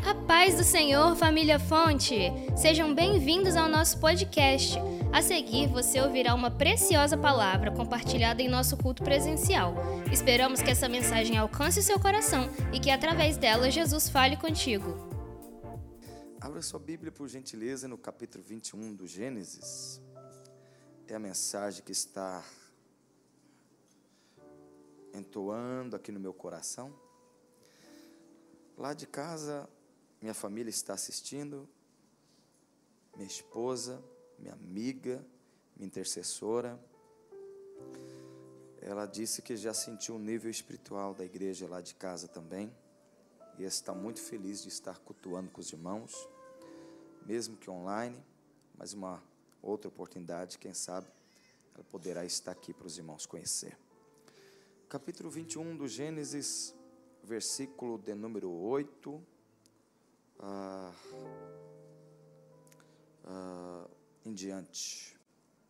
A paz do Senhor, família Fonte! Sejam bem-vindos ao nosso podcast. A seguir, você ouvirá uma preciosa palavra compartilhada em nosso culto presencial. Esperamos que essa mensagem alcance o seu coração e que, através dela, Jesus fale contigo. Abra sua Bíblia, por gentileza, no capítulo 21 do Gênesis. É a mensagem que está entoando aqui no meu coração. Lá de casa, minha família está assistindo, minha esposa, minha amiga, minha intercessora. Ela disse que já sentiu o nível espiritual da igreja lá de casa também, e está muito feliz de estar cultuando com os irmãos, mesmo que online, mas uma outra oportunidade, quem sabe, ela poderá estar aqui para os irmãos conhecer. Capítulo 21 do Gênesis, versículo de número 8 em diante.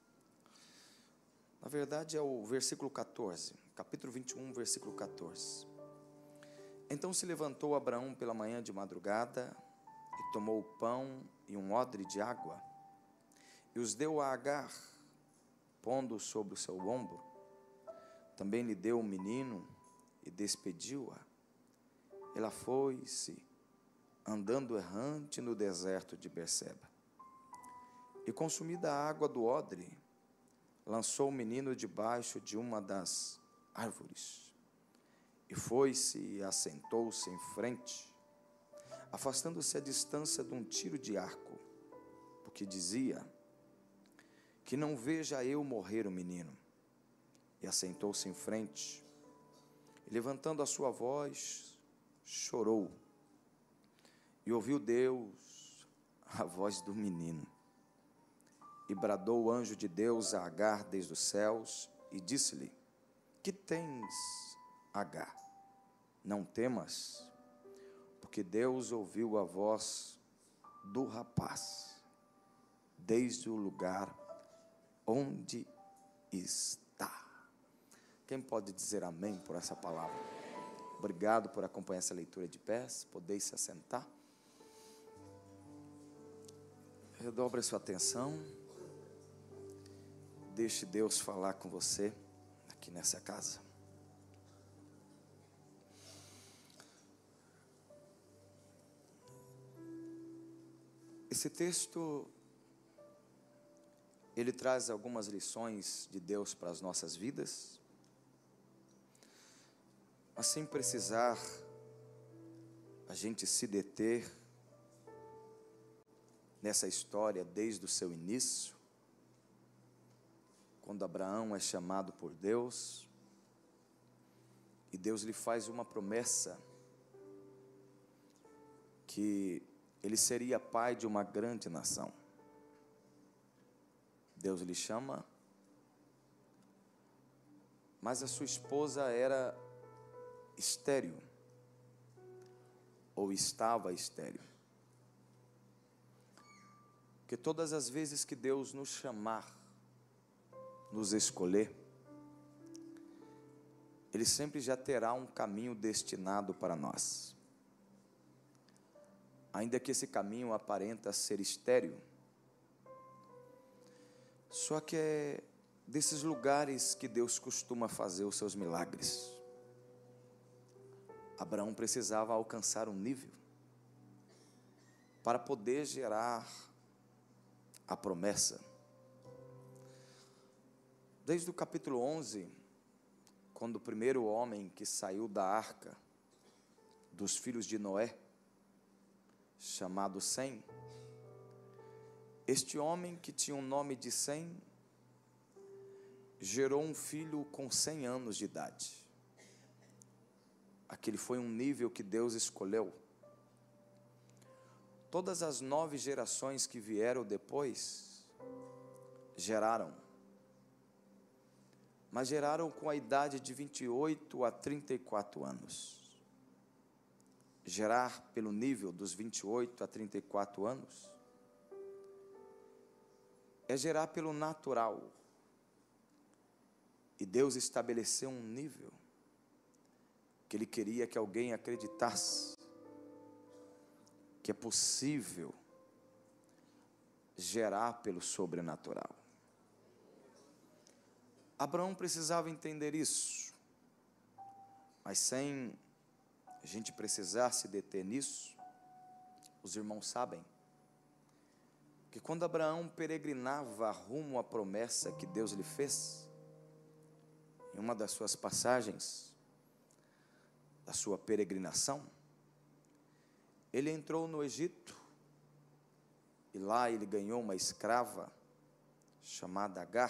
Na verdade é o versículo 14, capítulo 21, versículo 14. Então se levantou Abraão pela manhã de madrugada, e tomou o pão e um odre de água, e os deu a Agar, pondo sobre o seu ombro. Também lhe deu o menino, e despediu-a. Ela foi-se, andando errante no deserto de Berseba. E consumida a água do odre, lançou o menino debaixo de uma das árvores. E foi-se e assentou-se em frente, afastando-se a distância de um tiro de arco, porque dizia: que não veja eu morrer o menino. E assentou-se em frente, e levantando a sua voz, chorou. E ouviu Deus a voz do menino. E bradou o anjo de Deus a Agar desde os céus, e disse-lhe: que tens, Agar? Não temas, porque Deus ouviu a voz do rapaz, desde o lugar onde está. Quem pode dizer amém por essa palavra? Obrigado por acompanhar essa leitura de pés. Podeis se assentar. Redobre a sua atenção. Deixe Deus falar com você aqui nessa casa. Esse texto, ele traz algumas lições de Deus para as nossas vidas. Mas sem precisar a gente se deter nessa história desde o seu início, quando Abraão é chamado por Deus, e Deus lhe faz uma promessa, que ele seria pai de uma grande nação. Deus lhe chama, mas a sua esposa era estéril, ou estava estéril. Porque todas as vezes que Deus nos chamar, nos escolher, Ele sempre já terá um caminho destinado para nós. Ainda que esse caminho aparenta ser estéril, só que é desses lugares que Deus costuma fazer os seus milagres. Abraão precisava alcançar um nível para poder gerar a promessa. Desde o capítulo 11, quando o primeiro homem que saiu da arca dos filhos de Noé, chamado Sem, este homem que tinha o nome de Sem, gerou um filho com 100 anos de idade. Aquele foi um nível que Deus escolheu. Todas as 9 gerações que vieram depois, geraram. Mas geraram com a idade de 28 a 34 anos. Gerar pelo nível dos 28 a 34 anos, é gerar pelo natural. E Deus estabeleceu um nível que Ele queria que alguém acreditasse que é possível gerar pelo sobrenatural. Abraão precisava entender isso, mas sem a gente precisar se deter nisso, os irmãos sabem que quando Abraão peregrinava rumo à promessa que Deus lhe fez, em uma das suas passagens da sua peregrinação, ele entrou no Egito, e lá ele ganhou uma escrava chamada Agar,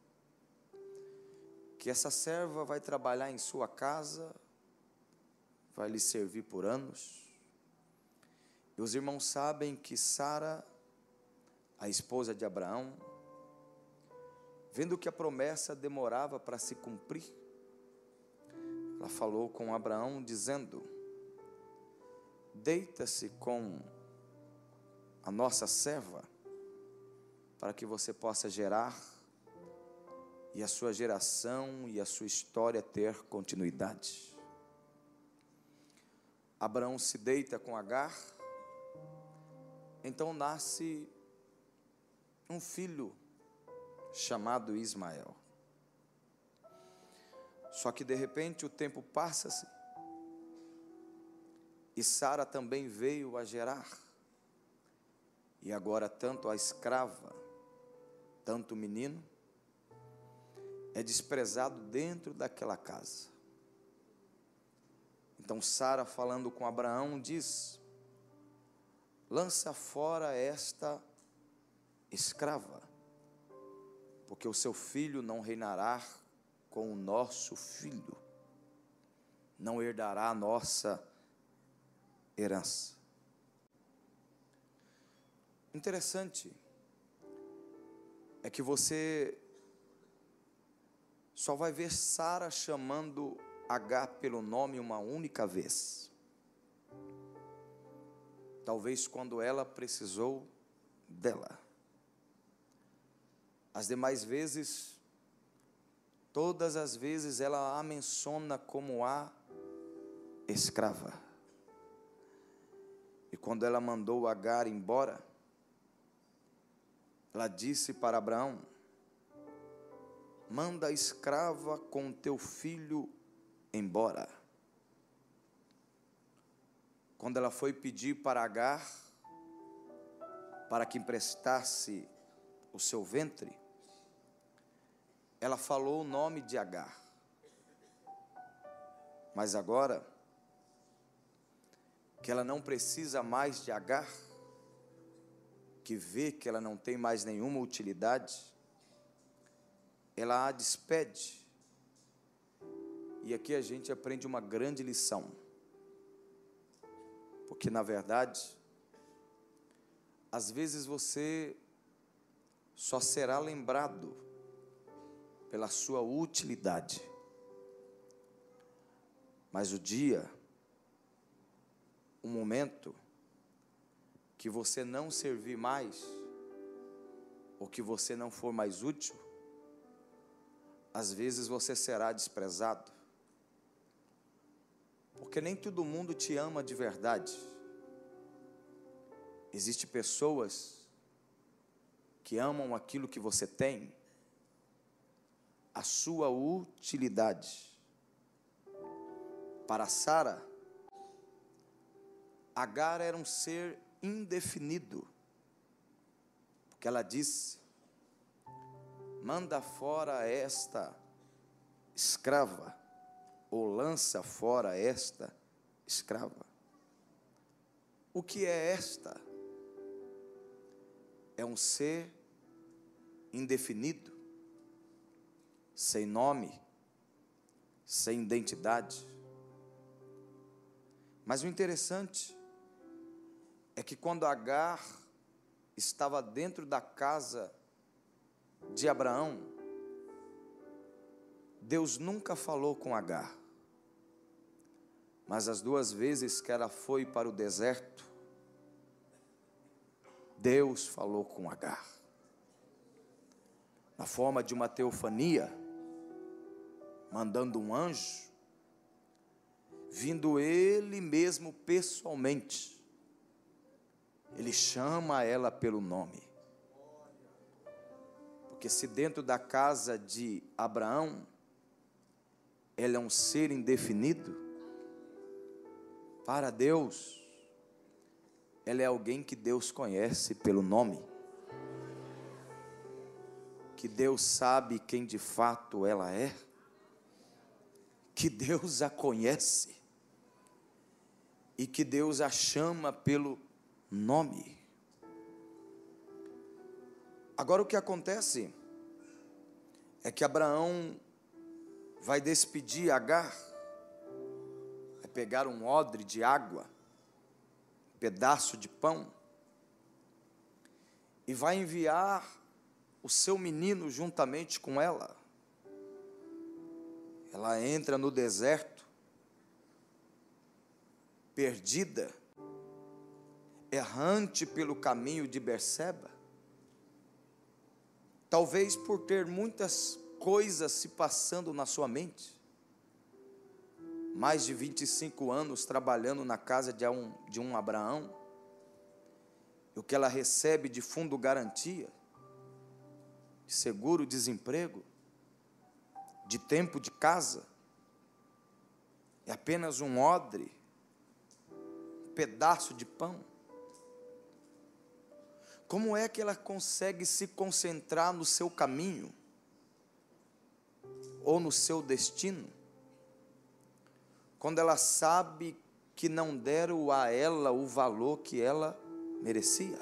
que essa serva vai trabalhar em sua casa, vai lhe servir por anos. E os irmãos sabem que Sara, a esposa de Abraão, vendo que a promessa demorava para se cumprir, ela falou com Abraão dizendo: deita-se com a nossa serva, para que você possa gerar, e a sua geração e a sua história ter continuidade. Abraão se deita com Agar, então nasce um filho chamado Ismael. Só que de repente o tempo passa-se, e Sara também veio a gerar, e agora tanto a escrava, tanto o menino, é desprezado dentro daquela casa. Então Sara, falando com Abraão, diz: lança fora esta escrava, porque o seu filho não reinará com o nosso filho, não herdará a nossa herança. Interessante é que você só vai ver Sara chamando Agar pelo nome uma única vez. Talvez quando ela precisou dela. As demais vezes, todas as vezes ela a menciona como a escrava. E quando ela mandou Agar embora, ela disse para Abraão: manda a escrava com teu filho embora. Quando ela foi pedir para Agar, para que emprestasse o seu ventre, ela falou o nome de Agar. Mas agora, que ela não precisa mais de Agar, que vê que ela não tem mais nenhuma utilidade, ela a despede. E aqui a gente aprende uma grande lição, porque na verdade, às vezes você só será lembrado pela sua utilidade, mas o dia, o momento que você não servir mais, ou que você não for mais útil, às vezes você será desprezado, porque nem todo mundo te ama de verdade. Existem pessoas que amam aquilo que você tem, a sua utilidade. Para Sara, Agar era um ser indefinido, porque ela disse: manda fora esta escrava, ou lança fora esta escrava. O que é esta? É um ser indefinido, sem nome, sem identidade. Mas o interessante é que quando Agar estava dentro da casa de Abraão, Deus nunca falou com Agar. Mas as duas vezes que ela foi para o deserto, Deus falou com Agar, na forma de uma teofania, mandando um anjo, vindo ele mesmo pessoalmente, Ele chama ela pelo nome. Porque se dentro da casa de Abraão, ela é um ser indefinido, para Deus, ela é alguém que Deus conhece pelo nome. Que Deus sabe quem de fato ela é. Que Deus a conhece. E que Deus a chama pelo nome. Agora o que acontece é que Abraão vai despedir Agar, vai pegar um odre de água, um pedaço de pão, e vai enviar o seu menino juntamente com ela. Ela entra no deserto, perdida, errante pelo caminho de Berseba, talvez por ter muitas coisas se passando na sua mente, mais de 25 anos trabalhando na casa de um Abraão, e o que ela recebe de fundo garantia, de seguro-desemprego, de tempo de casa, é apenas um odre, um pedaço de pão. Como é que ela consegue se concentrar no seu caminho, ou no seu destino, quando ela sabe que não deram a ela o valor que ela merecia?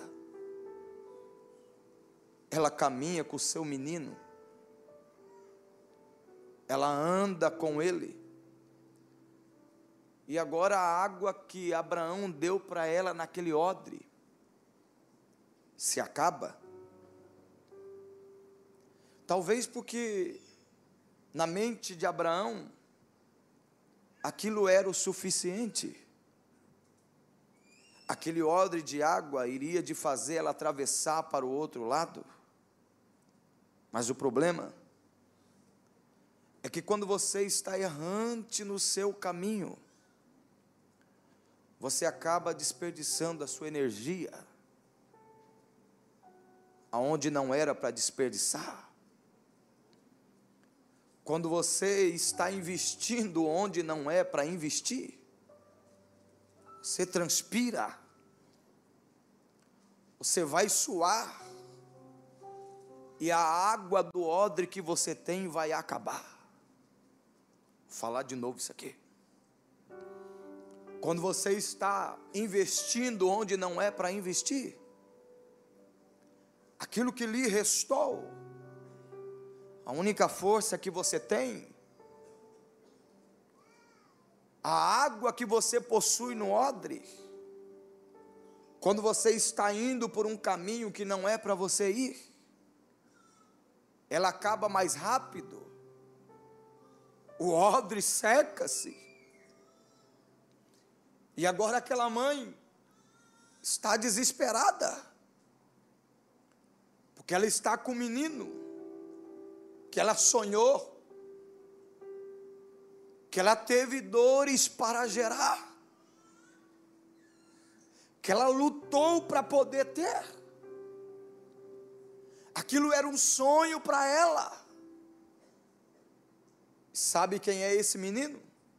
Ela caminha com o seu menino, ela anda com ele, e agora a água que Abraão deu para ela naquele odre se acaba. Talvez porque na mente de Abraão aquilo era o suficiente. Aquele odre de água iria de fazer ela atravessar para o outro lado. Mas o problema é que quando você está errante no seu caminho, você acaba desperdiçando a sua energia aonde não era para desperdiçar. Quando você está investindo onde não é para investir, você transpira, você vai suar, e a água do odre que você tem vai acabar. Vou falar de novo isso aqui. Quando você está investindo onde não é para investir, aquilo que lhe restou, a única força que você tem, a água que você possui no odre, quando você está indo por um caminho que não é para você ir, ela acaba mais rápido, o odre seca-se, e agora aquela mãe está desesperada, porque ela está com o menino, que ela sonhou, que ela teve dores para gerar, que ela lutou para poder ter. Aquilo era um sonho para ela. Sabe quem é esse menino?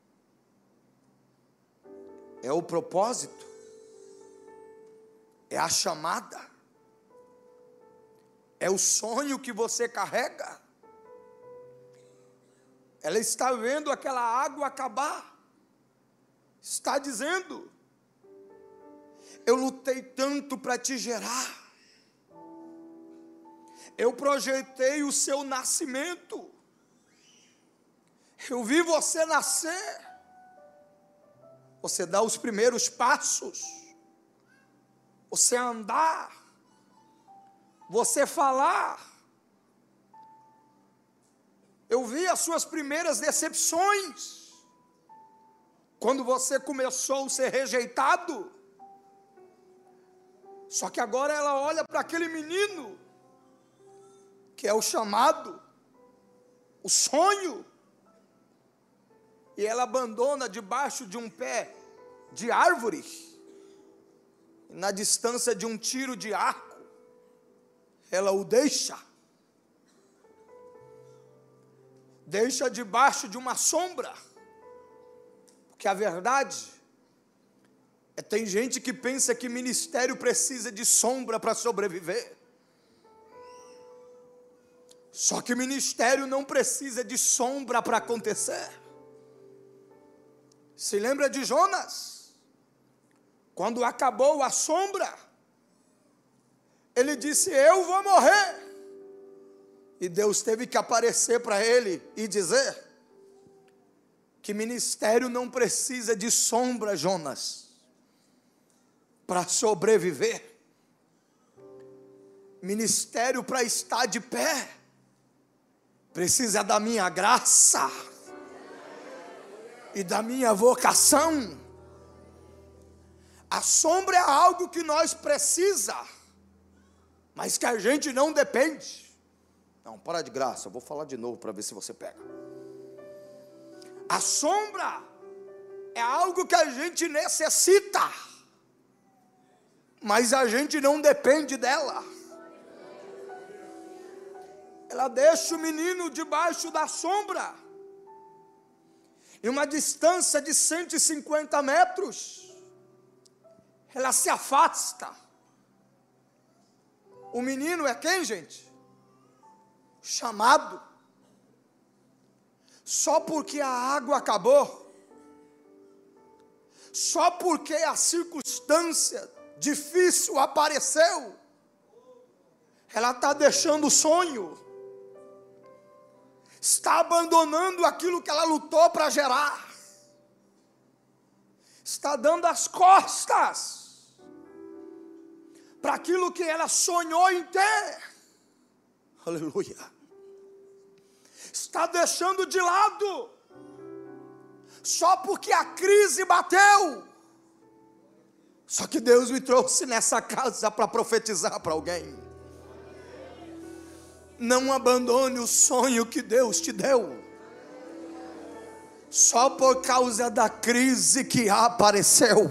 É o propósito, é a chamada, é o sonho que você carrega. Ela está vendo aquela água acabar, está dizendo: eu lutei tanto para te gerar, eu projetei o seu nascimento, eu vi você nascer, você dá os primeiros passos, você andar, você falar. Eu vi as suas primeiras decepções, quando você começou a ser rejeitado. Só que agora ela olha para aquele menino, que é o chamado, o sonho, e ela abandona debaixo de um pé de árvore, Na distância de um tiro de arco, ela o deixa debaixo de uma sombra. Porque a verdade tem gente que pensa que ministério precisa de sombra para sobreviver. Só que ministério não precisa de sombra para acontecer. Se lembra de Jonas? Quando acabou a sombra, ele disse: eu vou morrer. E Deus teve que aparecer para ele e dizer que ministério não precisa de sombra, Jonas, para sobreviver. Ministério para estar de pé precisa da minha graça e da minha vocação. A sombra é algo que nós precisa, mas que a gente não depende. Não, para de graça, eu vou falar de novo para ver se você pega. A sombra é algo que a gente necessita, mas a gente não depende dela. Ela deixa o menino debaixo da sombra, em uma distância de 150 metros, ela se afasta. O menino é quem, gente? Chamado. Só porque a água acabou, só porque a circunstância difícil apareceu, ela está deixando o sonho, está abandonando aquilo que ela lutou para gerar, está dando as costas para aquilo que ela sonhou em ter. Aleluia. Está deixando de lado, só porque a crise bateu. Só que Deus me trouxe nessa casa para profetizar para alguém. Não abandone o sonho que Deus te deu, só por causa da crise que apareceu.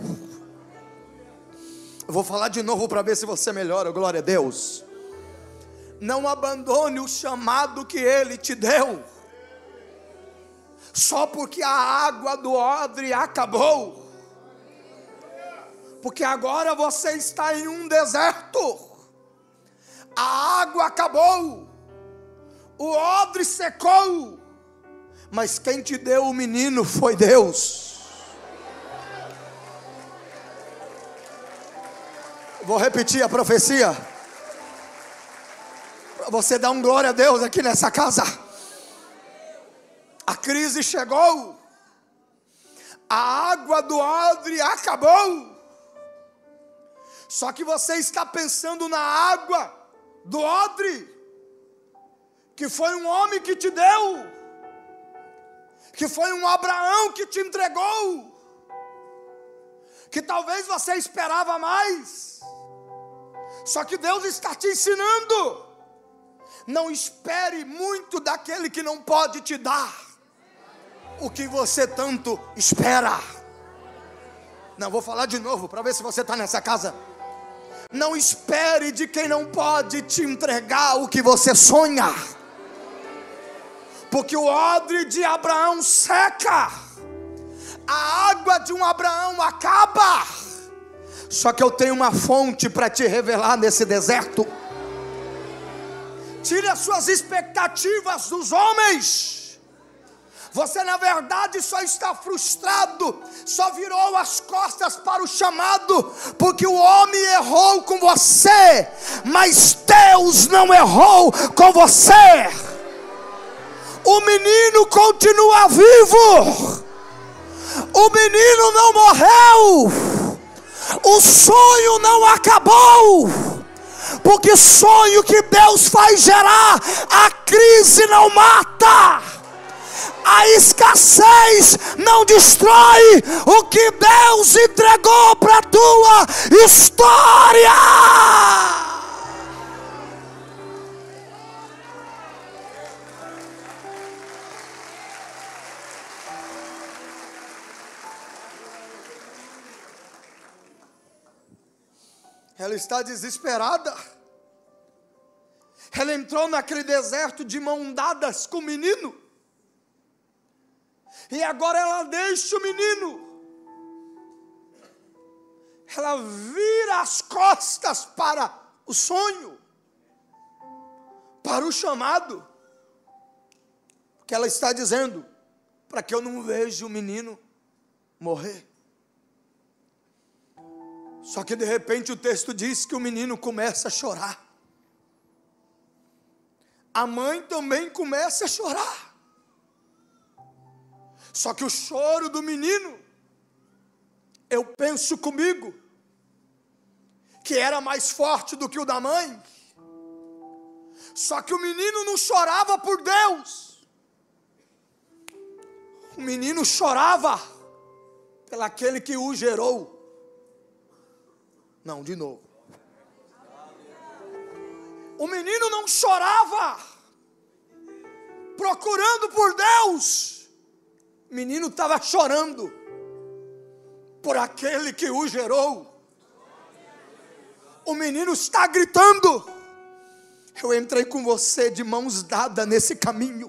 Eu vou falar de novo para ver se você melhora, glória a Deus. Não abandone o chamado que Ele te deu, só porque a água do odre acabou. Porque agora você está em um deserto, a água acabou, o odre secou, mas quem te deu o menino foi Deus. Vou repetir a profecia, para você dar um glória a Deus aqui nessa casa. A crise chegou, a água do odre acabou, só que você está pensando na água do odre, que foi um homem que te deu, que foi um Abraão que te entregou, que talvez você esperava mais. Só que Deus está te ensinando: não espere muito daquele que não pode te dar o que você tanto espera. Não, vou falar de novo para ver se você está nessa casa. Não espere de quem não pode te entregar o que você sonha, porque o odre de Abraão seca, a água de um Abraão acaba. Só que eu tenho uma fonte para te revelar nesse deserto. Tire as suas expectativas dos homens. Você na verdade só está frustrado, só virou as costas para o chamado, porque o homem errou com você, mas Deus não errou com você. O menino continua vivo, o menino não morreu, o sonho não acabou, porque sonho que Deus faz gerar, a crise não mata, a escassez não destrói o que Deus entregou para a tua história. Ela está desesperada. Ela entrou naquele deserto de mãos dadas com o menino. E agora ela deixa o menino. Ela vira as costas para o sonho, para o chamado. Porque ela está dizendo, para que eu não veja o menino morrer. Só que de repente o texto diz que o menino começa a chorar. A mãe também começa a chorar. Só que o choro do menino, eu penso comigo, que era mais forte do que o da mãe. Só que o menino não chorava por Deus. O menino chorava pelaquele que o gerou. Não, de novo. O menino não chorava procurando por Deus. O menino estava chorando por aquele que o gerou. O menino está gritando: eu entrei com você de mãos dadas nesse caminho.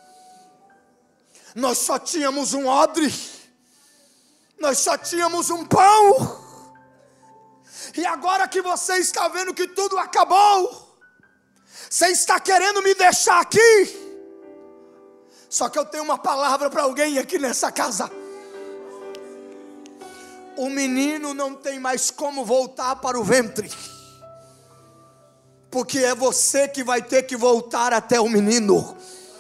Nós só tínhamos um odre, nós só tínhamos um pão. E agora que você está vendo que tudo acabou, você está querendo me deixar aqui. Só que eu tenho uma palavra para alguém aqui nessa casa. O menino não tem mais como voltar para o ventre, porque é você que vai ter que voltar até o menino.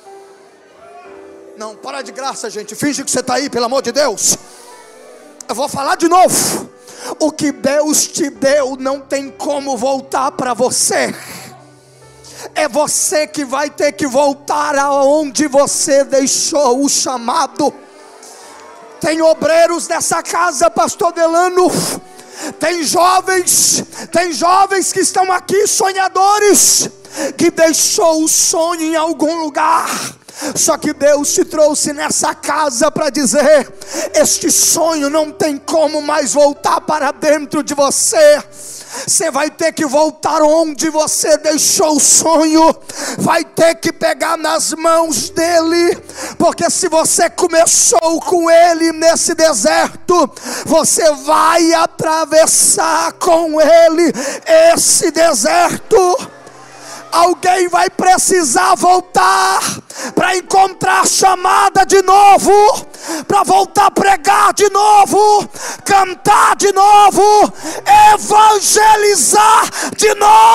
Não, para de graça, gente. Finge que você está aí, pelo amor de Deus. Eu vou falar de novo. O que Deus te deu não tem como voltar para você. É você que vai ter que voltar aonde você deixou o chamado. Tem obreiros nessa casa, pastor Delano. Tem jovens que estão aqui, sonhadores, que deixou o sonho em algum lugar. Só que Deus te trouxe nessa casa para dizer: este sonho não tem como mais voltar para dentro de você. Você vai ter que voltar onde você deixou o sonho. Vai ter que pegar nas mãos dele. Porque se você começou com ele nesse deserto, você vai atravessar com ele esse deserto. Alguém vai precisar voltar para encontrar chamada de novo, para voltar a pregar de novo, cantar de novo, evangelizar de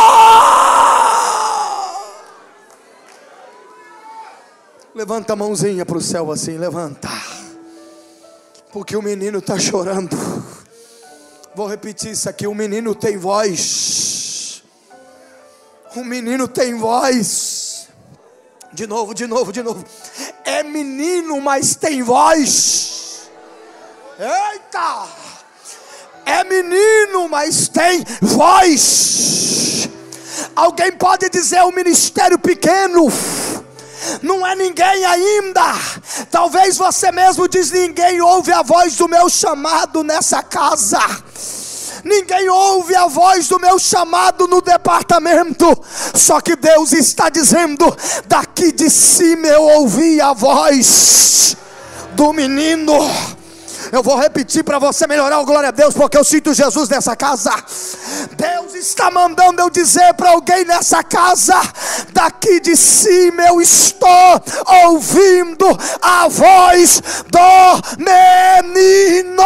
novo. Levanta a mãozinha para o céu assim, levanta, porque o menino está chorando. Vou repetir isso aqui: o menino tem voz. O menino tem voz. De novo. É menino, mas tem voz. Eita! É menino, mas tem voz. Alguém pode dizer: o ministério pequeno não é ninguém ainda. Talvez você mesmo diz: ninguém ouve a voz do meu chamado nessa casa. Ninguém ouve a voz do meu chamado no departamento. Só que Deus está dizendo: daqui de cima eu ouvi a voz do menino. Eu vou repetir para você melhorar o glória a Deus, porque eu sinto Jesus nessa casa. Deus está mandando eu dizer para alguém nessa casa: daqui de cima eu estou ouvindo a voz do menino.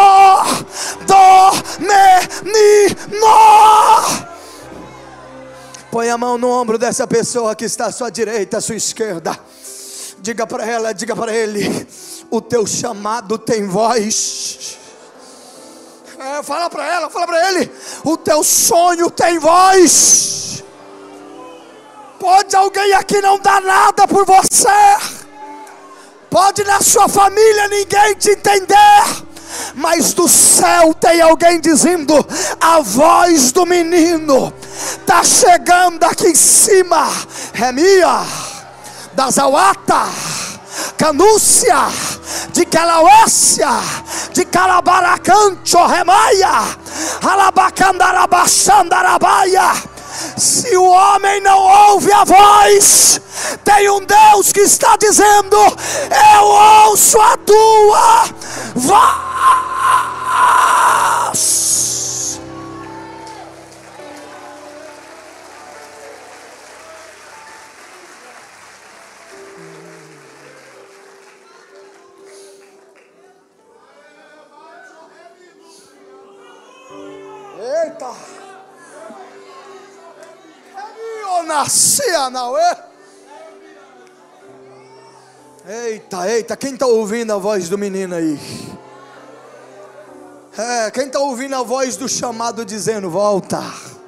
Põe a mão no ombro dessa pessoa que está à sua direita, à sua esquerda. Diga para ela, diga para ele: o teu chamado tem voz. Fala para ela, fala para ele: o teu sonho tem voz. Pode alguém aqui não dar nada por você, pode na sua família ninguém te entender, mas do céu tem alguém dizendo: a voz do menino está chegando aqui em cima. É minha, da Zawata, Canúcia, de Calauécia, de Calabaracancho, Remaia, Alabacandarabachandarabaia. Se o homem não ouve a voz, tem um Deus que está dizendo: eu ouço a tua voz. Eita! Eu nascia na ué. Eita, quem está ouvindo a voz do menino aí? Quem está ouvindo a voz do chamado dizendo: volta.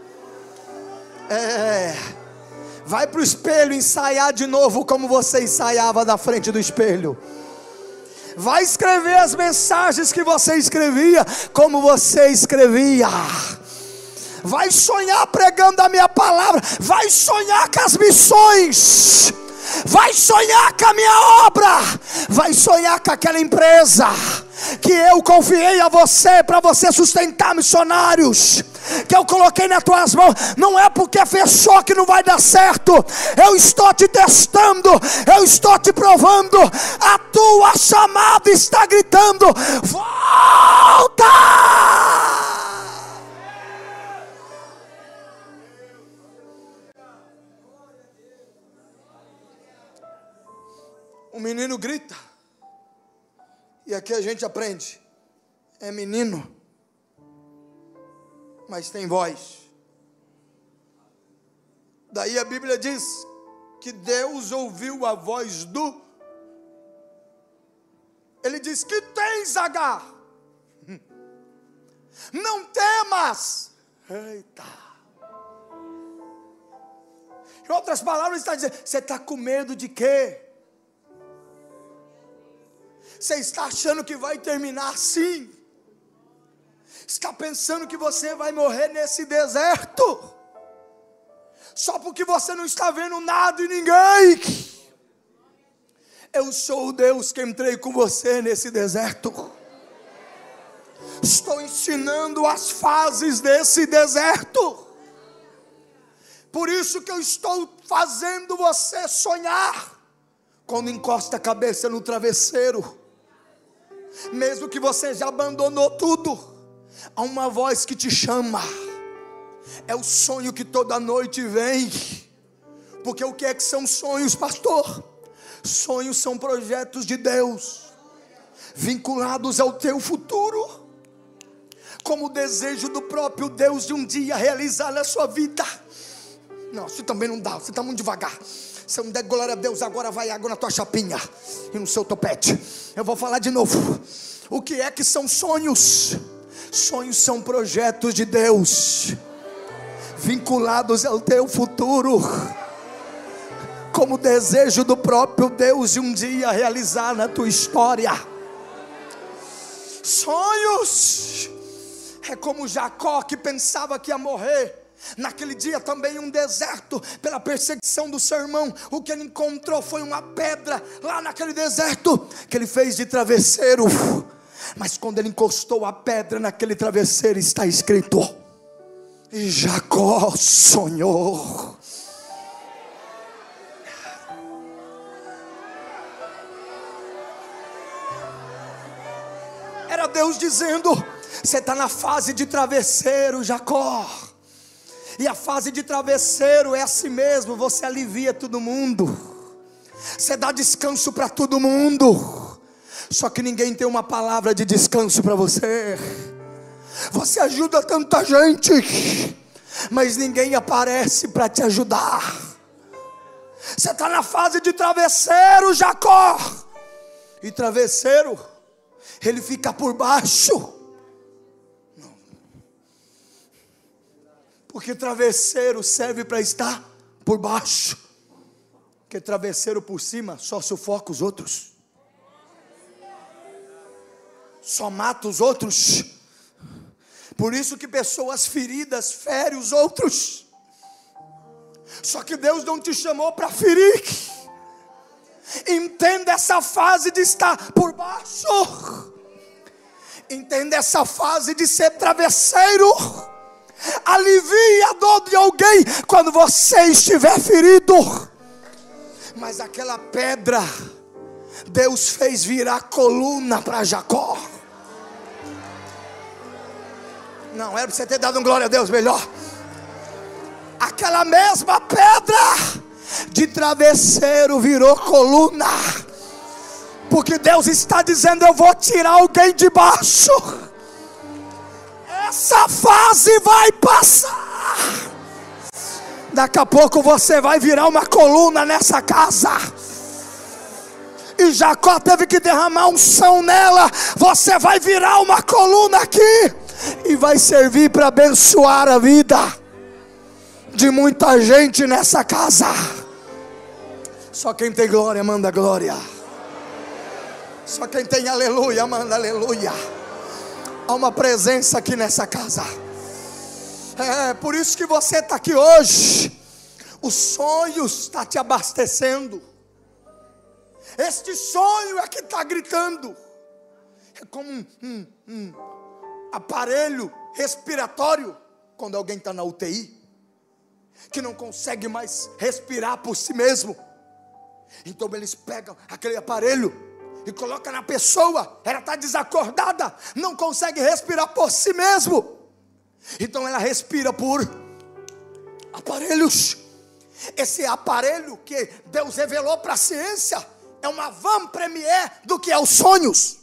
Vai para o espelho ensaiar de novo como você ensaiava na frente do espelho. Vai escrever as mensagens que você escrevia como você escrevia. Vai sonhar pregando a minha palavra. Vai sonhar com as missões. Vai sonhar com a minha obra. Vai sonhar com aquela empresa que eu confiei a você para você sustentar missionários, que eu coloquei nas tuas mãos. Não é porque fechou que não vai dar certo. Eu estou te testando, eu estou te provando. A tua chamada está gritando: volta! O menino grita. E aqui a gente aprende: é menino, mas tem voz. Daí a Bíblia diz que Deus ouviu a voz do... Ele diz: que tens, Agar? Não temas. Eita. Em outras palavras, ele está dizendo: você está com medo de quê? Você está achando que vai terminar assim? Está pensando que você vai morrer nesse deserto? Só porque você não está vendo nada e ninguém. Eu sou o Deus que entrei com você nesse deserto. Estou ensinando as fases desse deserto. Por isso que eu estou fazendo você sonhar. Quando encosta a cabeça no travesseiro, mesmo que você já abandonou tudo, há uma voz que te chama. É o sonho que toda noite vem. Porque o que é que são sonhos, pastor? Sonhos são projetos de Deus, vinculados ao teu futuro, como o desejo do próprio Deus de um dia realizar na sua vida. Não, isso também não dá, você está muito devagar. Se eu não der glória a Deus, agora vai água na tua chapinha e no seu topete. Eu vou falar de novo. O que é que são sonhos? Sonhos são projetos de Deus, vinculados ao teu futuro, como desejo do próprio Deus de um dia realizar na tua história. Sonhos é como Jacó, que pensava que ia morrer. Naquele dia também um deserto, pela perseguição do seu irmão. O que ele encontrou foi uma pedra lá naquele deserto, que ele fez de travesseiro. Mas quando ele encostou a pedra naquele travesseiro, está escrito: e Jacó sonhou. Era Deus dizendo: você está na fase de travesseiro, Jacó. E a fase de travesseiro é assim mesmo. Você alivia todo mundo, você dá descanso para todo mundo, só que ninguém tem uma palavra de descanso para você. Você ajuda tanta gente, mas ninguém aparece para te ajudar. Você está na fase de travesseiro, Jacó. E travesseiro, ele fica por baixo. Porque travesseiro serve para estar por baixo. Porque travesseiro por cima só sufoca os outros, só mata os outros. Por isso que pessoas feridas ferem os outros. Só que Deus não te chamou para ferir. Entenda essa fase de estar por baixo. Entenda essa fase de ser travesseiro. Alivie a dor de alguém quando você estiver ferido. Mas aquela pedra, Deus fez virar coluna para Jacó. Não, era para você ter dado um glória a Deus melhor. Aquela mesma pedra de travesseiro virou coluna. Porque Deus está dizendo: eu vou tirar alguém de baixo. Essa fase vai passar. Daqui a pouco você vai virar uma coluna nessa casa. E Jacó teve que derramar unção nela. Você vai virar uma coluna aqui e vai servir para abençoar a vida de muita gente nessa casa. Só quem tem glória manda glória. Só quem tem aleluia manda aleluia. Há uma presença aqui nessa casa. É por isso que você está aqui hoje. Os sonhos estão te abastecendo. Este sonho é que está gritando. É como um aparelho respiratório. Quando alguém está na UTI, que não consegue mais respirar por si mesmo. Então eles pegam aquele aparelho e colocam na pessoa. Ela está desacordada, não consegue respirar por si mesmo. Então ela respira por aparelhos. Esse aparelho que Deus revelou para a ciência é uma van premier do que é os sonhos.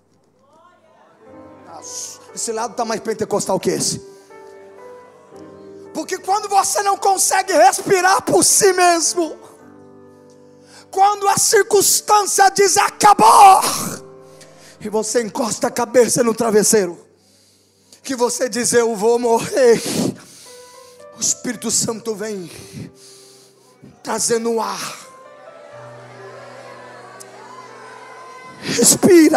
Esse lado está mais pentecostal que esse. Porque quando você não consegue respirar por si mesmo, quando a circunstância diz acabou, e você encosta a cabeça no travesseiro, que você diz eu vou morrer, o Espírito Santo vem trazendo ar. Respira.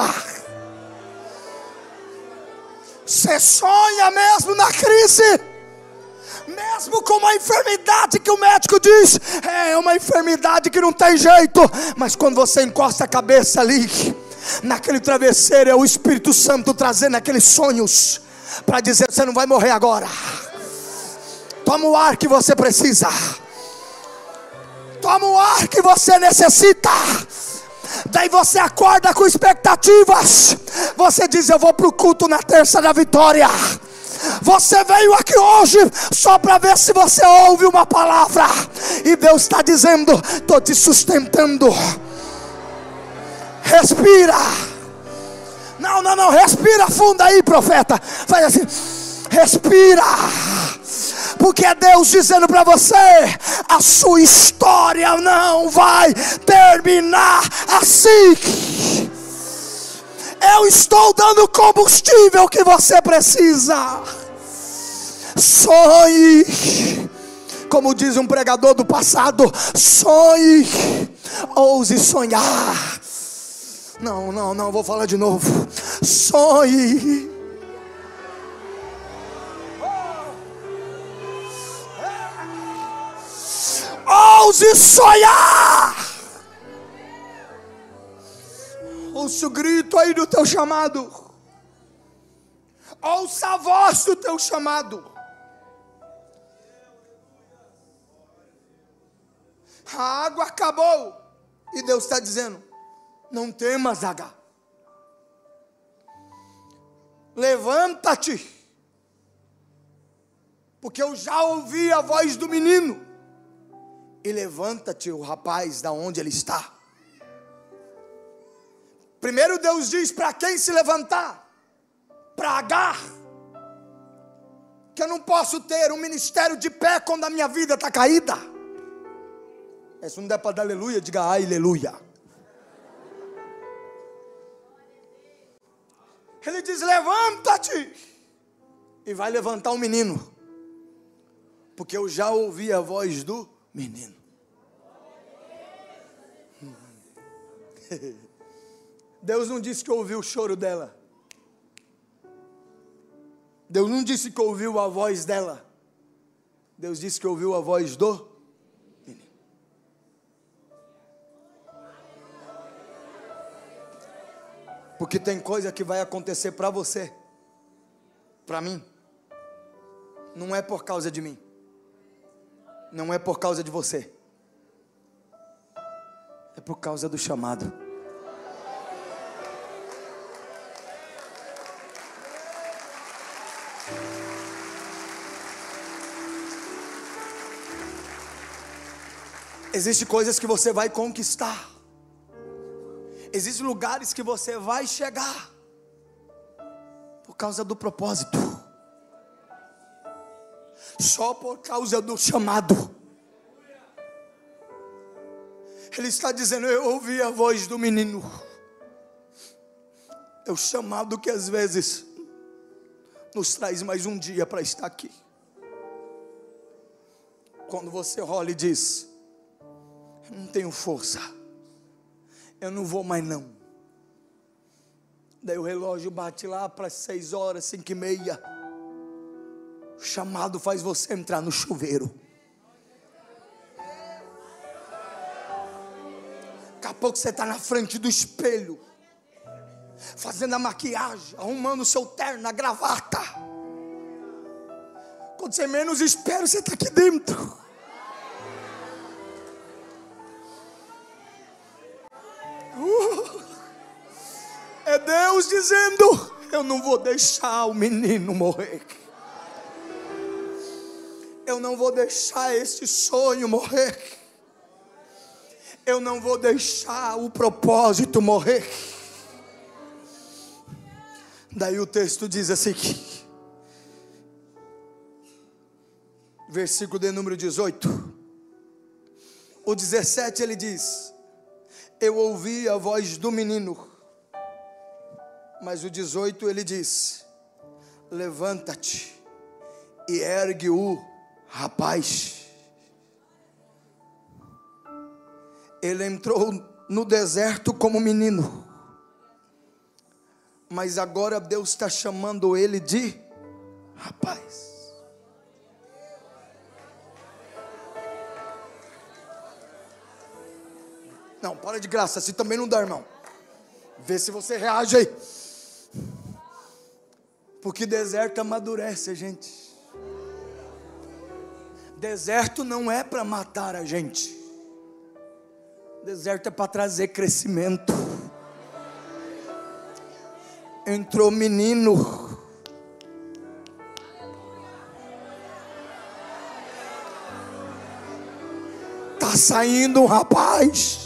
Você sonha mesmo na crise, mesmo com uma enfermidade que o médico diz é uma enfermidade que não tem jeito, mas quando você encosta a cabeça ali naquele travesseiro, é o Espírito Santo trazendo aqueles sonhos para dizer: você não vai morrer agora. Toma o ar que você precisa. Toma o ar que você necessita. Daí você acorda com expectativas. Você diz: eu vou para o culto na terça da vitória. Você veio aqui hoje só para ver se você ouve uma palavra. E Deus está dizendo: estou te sustentando. Respira. Não, respira fundo aí, profeta. Faz assim, respira. Porque é Deus dizendo para você: a sua história não vai terminar assim. Eu estou dando o combustível que você precisa. Sonhe, como diz um pregador do passado, sonhe, ouse sonhar. Não, vou falar de novo. Sonhe. Ouse sonhar. Ouça o grito aí do teu chamado. Ouça a voz do teu chamado. A água acabou. E Deus está dizendo: não temas, Agar. Levanta-te. Porque eu já ouvi a voz do menino. E levanta-te, o rapaz, da onde ele está. Primeiro Deus diz para quem se levantar. Para Agar. Que eu não posso ter um ministério de pé quando a minha vida está caída. Se não der para dar aleluia, diga aleluia. Ele diz: levanta-te. E vai levantar o menino. Porque eu já ouvi a voz do menino. Deus não disse que ouviu o choro dela. Deus não disse que ouviu a voz dela. Deus disse que ouviu a voz do menino. Porque tem coisa que vai acontecer para você, para mim, não é por causa de mim, não é por causa de você, é por causa do chamado. Existem coisas que você vai conquistar, existem lugares que você vai chegar, por causa do propósito, só por causa do chamado. Ele está dizendo: eu ouvi a voz do menino. É o chamado que às vezes nos traz mais um dia para estar aqui. Quando você olha e diz: eu não tenho força, eu não vou mais não. Daí o relógio bate lá para 6 horas, 5h30. O chamado faz você entrar no chuveiro. Daqui a pouco você está na frente do espelho, fazendo a maquiagem, arrumando o seu terno, a gravata. Quando você menos espera, você está aqui dentro. É Deus dizendo: eu não vou deixar o menino morrer, eu não vou deixar esse sonho morrer, eu não vou deixar o propósito morrer. Daí o texto diz assim, versículo de número 18, o 17 ele diz: eu ouvi a voz do menino. Mas o 18 ele diz: levanta-te e ergue o rapaz. Ele entrou no deserto como menino, mas agora Deus está chamando ele de rapaz. Não, para de graça, assim também não dá, irmão. Vê se você reage aí. Porque deserto amadurece, gente. Deserto não é para matar a gente. Deserto é para trazer crescimento. Entrou menino. Tá saindo um rapaz.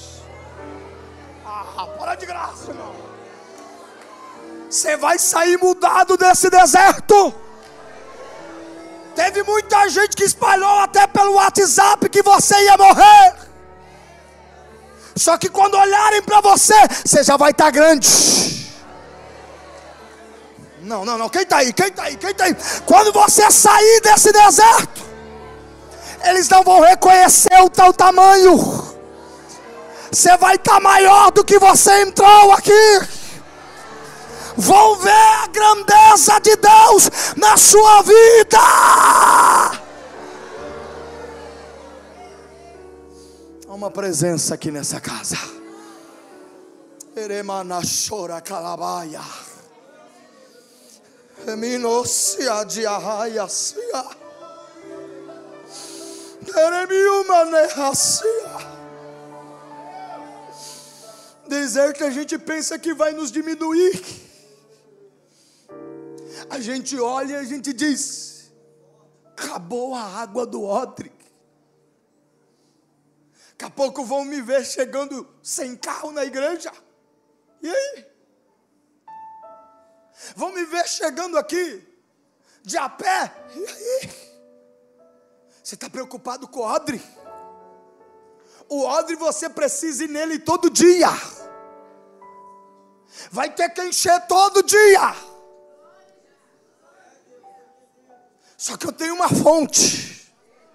Para de graça, irmão. Você vai sair mudado desse deserto. Teve muita gente que espalhou até pelo WhatsApp que você ia morrer. Só que quando olharem para você, você já vai estar grande. Não, quem está aí? Quando você sair desse deserto, eles não vão reconhecer o teu tamanho. Você vai estar maior do que você entrou aqui. Vão ver a grandeza de Deus na sua vida. Há uma presença aqui nessa casa. Eremanachora calabaia. Eminosia diarraia sia. Eremiumanehasia. Deserto a gente pensa que vai nos diminuir. A gente olha e a gente diz: acabou a água do odre. Daqui a pouco vão me ver chegando sem carro na igreja. E aí? Vão me ver chegando aqui de a pé. E aí? Você está preocupado com o odre? O odre você precisa ir nele todo dia. Vai ter que encher todo dia. Só que eu tenho uma fonte.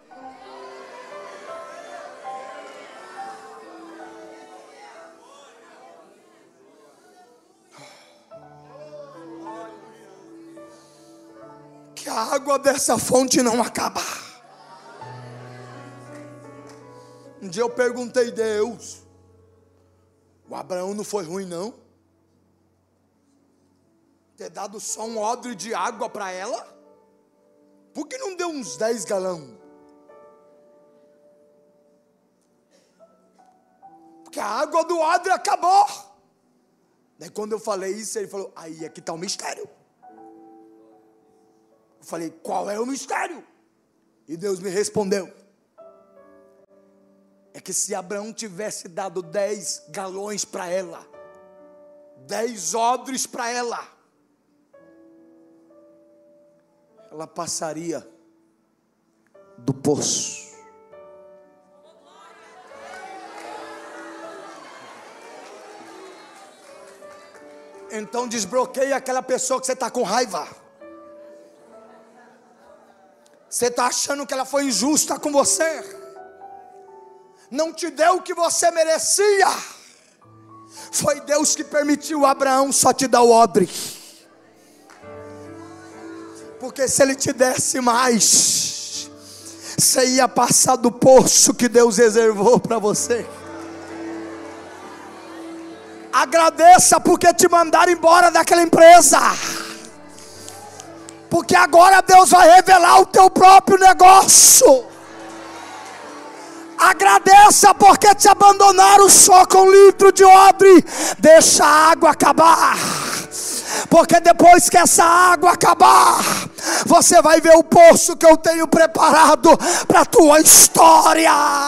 Que a água dessa fonte não acaba. Um dia eu perguntei: Deus, o Abraão não foi ruim não? ter dado só um odre de água para ela? Por que não deu uns 10 galões? Porque a água do odre acabou. Daí quando eu falei isso, ele falou, aí aqui está o mistério. Eu falei, qual é o mistério? E Deus me respondeu. É que se Abraão tivesse dado 10 galões para ela, 10 odres para ela, ela passaria do poço. Então desbloqueia aquela pessoa que você está com raiva. Você está achando que ela foi injusta com você. Não te deu o que você merecia. Foi Deus que permitiu Abraão só te dar o odre. Porque se ele te desse mais, você ia passar do poço que Deus reservou para você. Agradeça porque te mandaram embora daquela empresa. Porque agora Deus vai revelar o teu próprio negócio. Agradeça porque te abandonaram só com 1 litro de odre. Deixa a água acabar. Porque depois que essa água acabar, você vai ver o poço que eu tenho preparado para a tua história.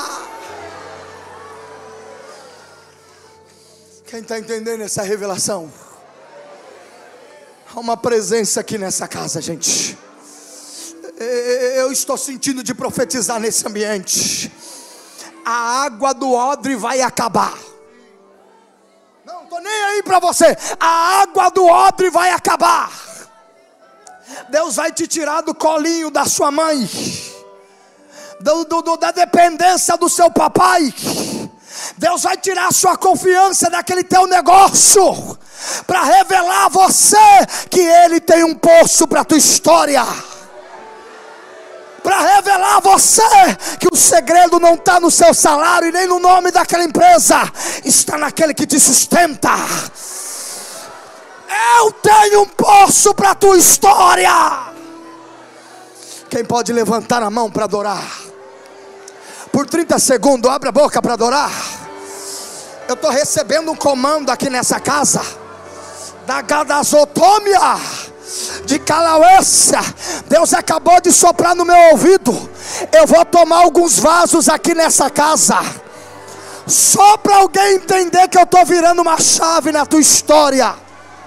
Quem está entendendo essa revelação? Há uma presença aqui nessa casa, gente. Eu estou sentindo de profetizar nesse ambiente. A água do odre vai acabar. Não estou nem aí para você. A água do odre vai acabar. Deus vai te tirar do colinho da sua mãe, da dependência do seu papai. Deus vai tirar a sua confiança daquele teu negócio, para revelar a você que Ele tem um poço para a tua história. Para revelar a você que o segredo não está no seu salário e nem no nome daquela empresa, está naquele que te sustenta. Eu tenho um poço para a tua história. Quem pode levantar a mão para adorar? Por 30 segundos, abre a boca para adorar. Eu estou recebendo um comando aqui nessa casa, da gadazotômia, de calauência. Deus acabou de soprar no meu ouvido. Eu vou tomar alguns vasos aqui nessa casa, só para alguém entender que eu estou virando uma chave na tua história.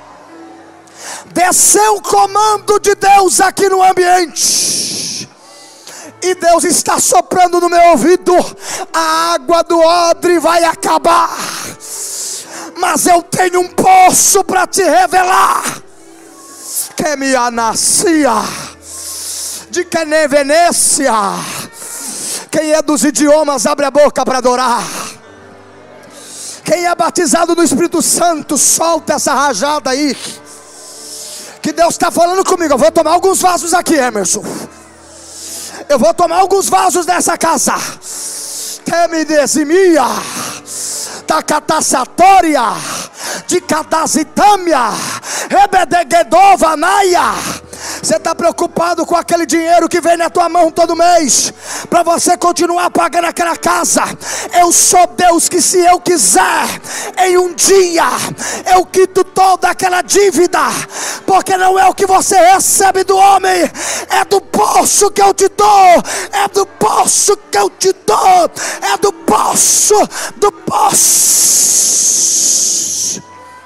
Desceu o comando de Deus aqui no ambiente, e Deus está soprando no meu ouvido. A água do odre vai acabar, mas eu tenho um poço para te revelar. Que me anacia de que nem Venécia. Quem é dos idiomas, abre a boca para adorar. Quem é batizado no Espírito Santo, solta essa rajada aí, que Deus está falando comigo. Eu vou tomar alguns vasos aqui, Emerson. Eu vou tomar alguns vasos dessa casa. Teme desimia da catassatória, de cadazitâmia, rebedegedova naia. Você está preocupado com aquele dinheiro que vem na tua mão todo mês, para você continuar pagando aquela casa. Eu sou Deus que, se eu quiser, em um dia eu quito toda aquela dívida, porque não é o que você recebe do homem, é do poço que eu te dou, é do poço que eu te dou, é do poço, do poço.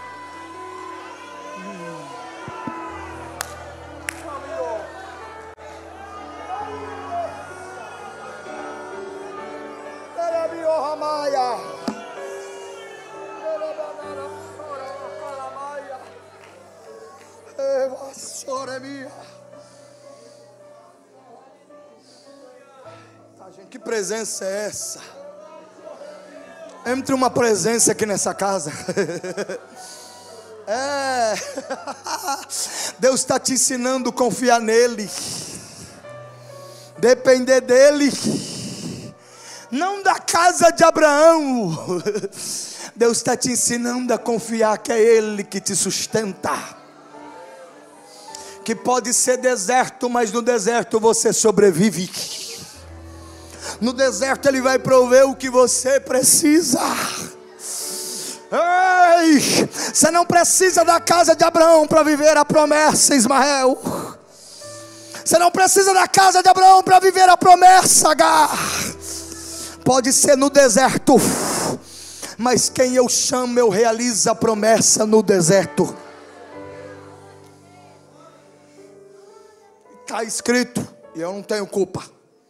Que presença é essa? Entre uma presença aqui nessa casa. Deus está te ensinando a confiar nele, depender dele, não da casa de Abraão. Deus está te ensinando a confiar que é Ele que te sustenta. que pode ser deserto, mas no deserto você sobrevive. No deserto Ele vai prover o que você precisa. Ei, você não precisa da casa de Abraão para viver a promessa, Ismael. Você não precisa da casa de Abraão para viver a promessa, Agar. Pode ser no deserto, mas quem eu chamo, eu realizo a promessa no deserto. Está escrito, e eu não tenho culpa.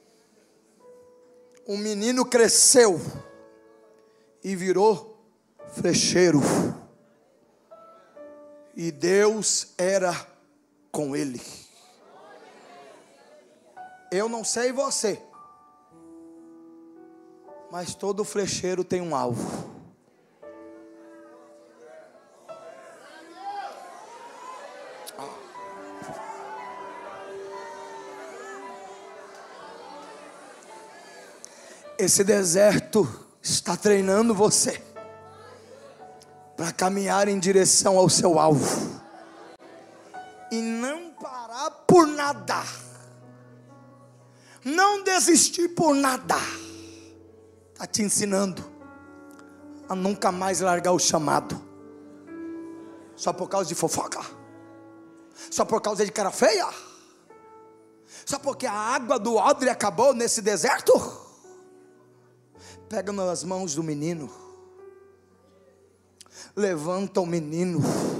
Um menino cresceu e virou flecheiro, e Deus era com ele. Eu não sei você, mas todo flecheiro tem um alvo. Esse deserto está treinando você para caminhar em direção ao seu alvo e não parar por nada, não desistir por nada. Está te ensinando a nunca mais largar o chamado, só por causa de fofoca, só por causa de cara feia, só porque a água do odre acabou nesse deserto. Pega nas mãos do menino, levanta o menino,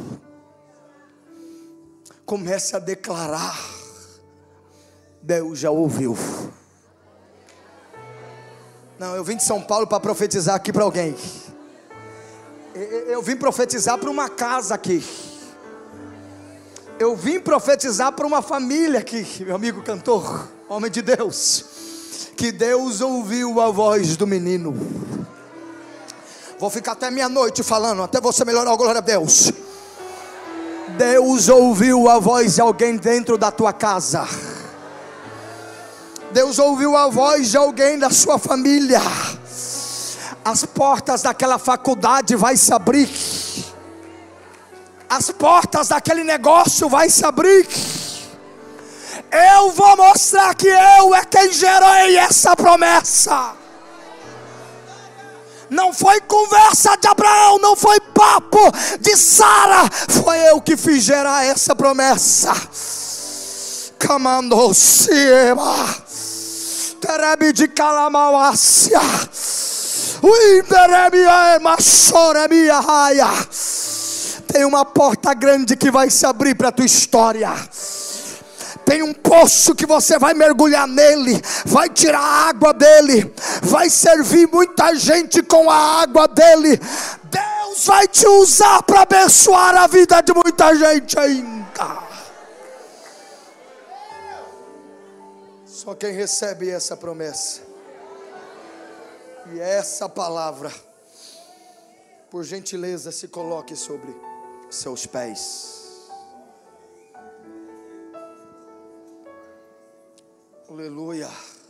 comece a declarar: Deus já ouviu. Não, eu vim de São Paulo para profetizar aqui para alguém. Eu vim profetizar para uma casa aqui. Eu vim profetizar para uma família aqui, meu amigo cantor, homem de Deus. Que Deus ouviu a voz do menino. Vou ficar até meia-noite falando, até você melhorar, glória a Deus. Deus ouviu a voz de alguém dentro da tua casa. Deus ouviu a voz de alguém da sua família. As portas daquela faculdade vai se abrir. As portas daquele negócio vai se abrir. Eu vou mostrar que eu é quem gerei essa promessa. Não foi conversa de Abraão, não foi papo de Sara, foi eu que fiz gerar essa promessa. Camandociema, terebi de calamauácia, uideremia emachoремia raia. Tem uma porta grande que vai se abrir para a tua história. Tem um poço que você vai mergulhar nele, vai tirar a água dele, vai servir muita gente com a água dele. Deus vai te usar para abençoar a vida de muita gente ainda. Só quem recebe essa promessa e essa palavra, por gentileza, se coloque sobre seus pés. Aleluia,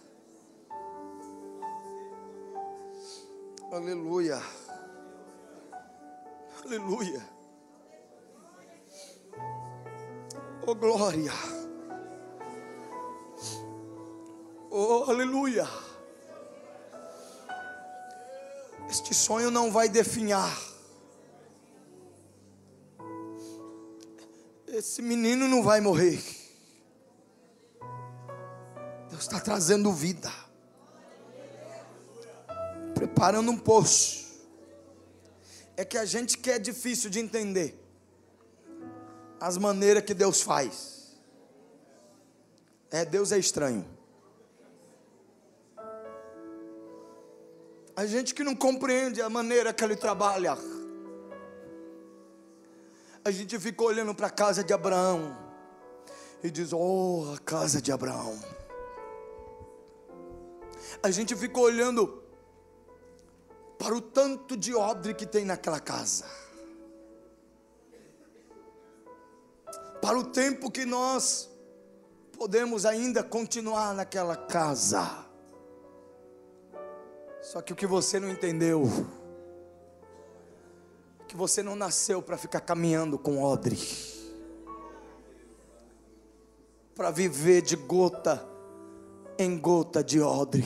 aleluia, aleluia, oh glória, oh aleluia. Este sonho não vai definhar, esse menino não vai morrer. Deus está trazendo vida, preparando um poço. É que a gente que é difícil de entender as maneiras que Deus faz. Deus é estranho. A gente que não compreende a maneira que Ele trabalha. A gente fica olhando para a casa de Abraão e diz: oh, a casa de Abraão. A gente fica olhando para o tanto de odre que tem naquela casa, para o tempo que nós podemos ainda continuar naquela casa. Só que o que você não entendeu, que você não nasceu para ficar caminhando com odre. para viver de gota em gota de odre.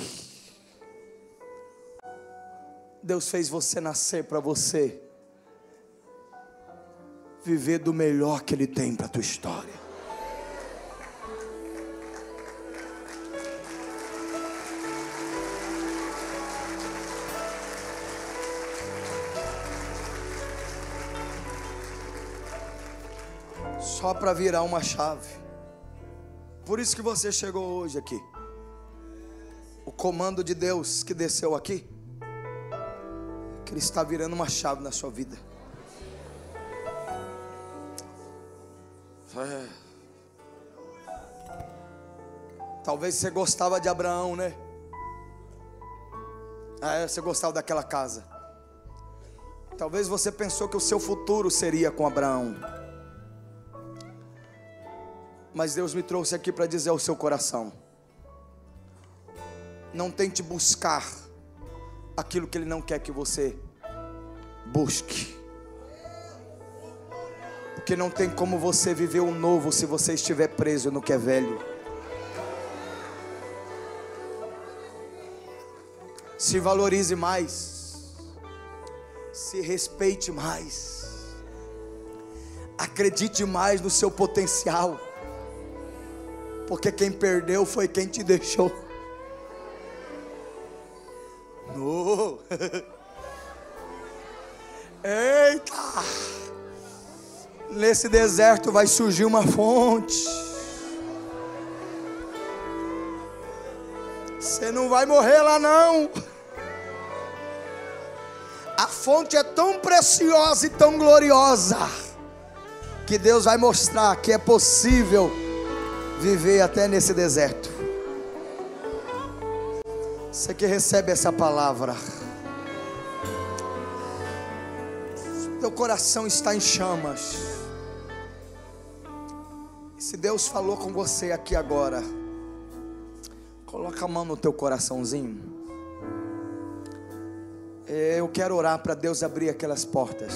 Deus fez você nascer para você viver do melhor que Ele tem para a tua história. Só para virar uma chave. Por isso que você chegou hoje aqui. O comando de Deus que desceu aqui, que Ele está virando uma chave na sua vida. Talvez você gostava de Abraão, né? Você gostava daquela casa. Talvez você pensou que o seu futuro seria com Abraão. Mas Deus me trouxe aqui para dizer ao seu coração: não tente buscar aquilo que Ele não quer que você busque. Porque não tem como você viver o novo se você estiver preso no que é velho. Se valorize mais. Se respeite mais. Acredite mais no seu potencial. Porque quem perdeu foi quem te deixou. Oh. Eita! Nesse deserto vai surgir uma fonte. Você não vai morrer lá não. A fonte é tão preciosa e tão gloriosa que Deus vai mostrar que é possível viver até nesse deserto. Você que recebe essa palavra, teu coração está em chamas. Se Deus falou com você aqui agora, coloca a mão no teu coraçãozinho. Eu quero orar para Deus abrir aquelas portas,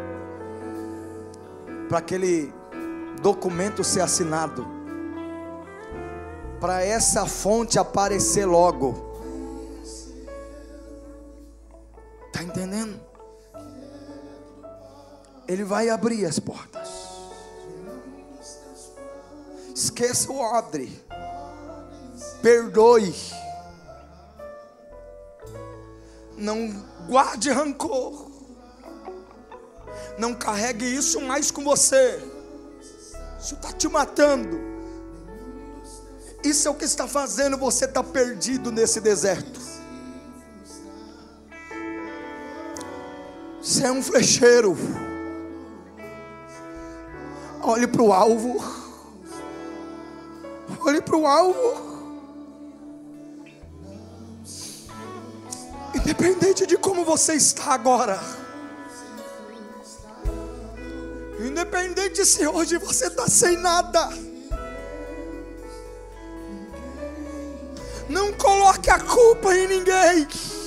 para aquele documento ser assinado, para essa fonte aparecer logo. Está entendendo? Ele vai abrir as portas. Esqueça o odre. Perdoe. Não guarde rancor. Não carregue isso mais com você. Isso está te matando. Isso é o que está fazendo você estar perdido nesse deserto. Você é um flecheiro. Olhe para o alvo. Olhe para o alvo. Independente de como você está agora, independente se hoje você está sem nada, não coloque a culpa em ninguém.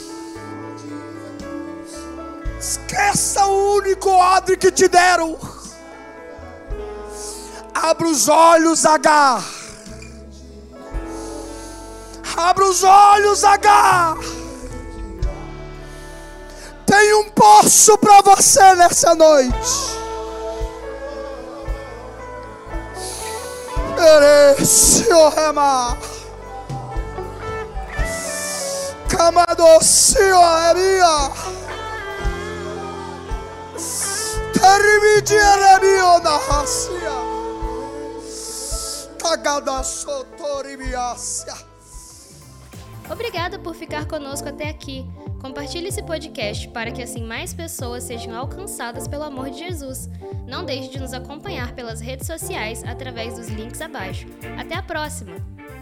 Esqueça o único odre que te deram. Abra os olhos, Agar. Abra os olhos, Agar. Tem um poço para você nessa noite. Erecio rema. Camadocio eria. Terribidi erebio na racia. Tagada sotoribiácia. Obrigada por ficar conosco até aqui. Compartilhe esse podcast para que assim mais pessoas sejam alcançadas pelo amor de Jesus. Não deixe de nos acompanhar pelas redes sociais através dos links abaixo. Até a próxima!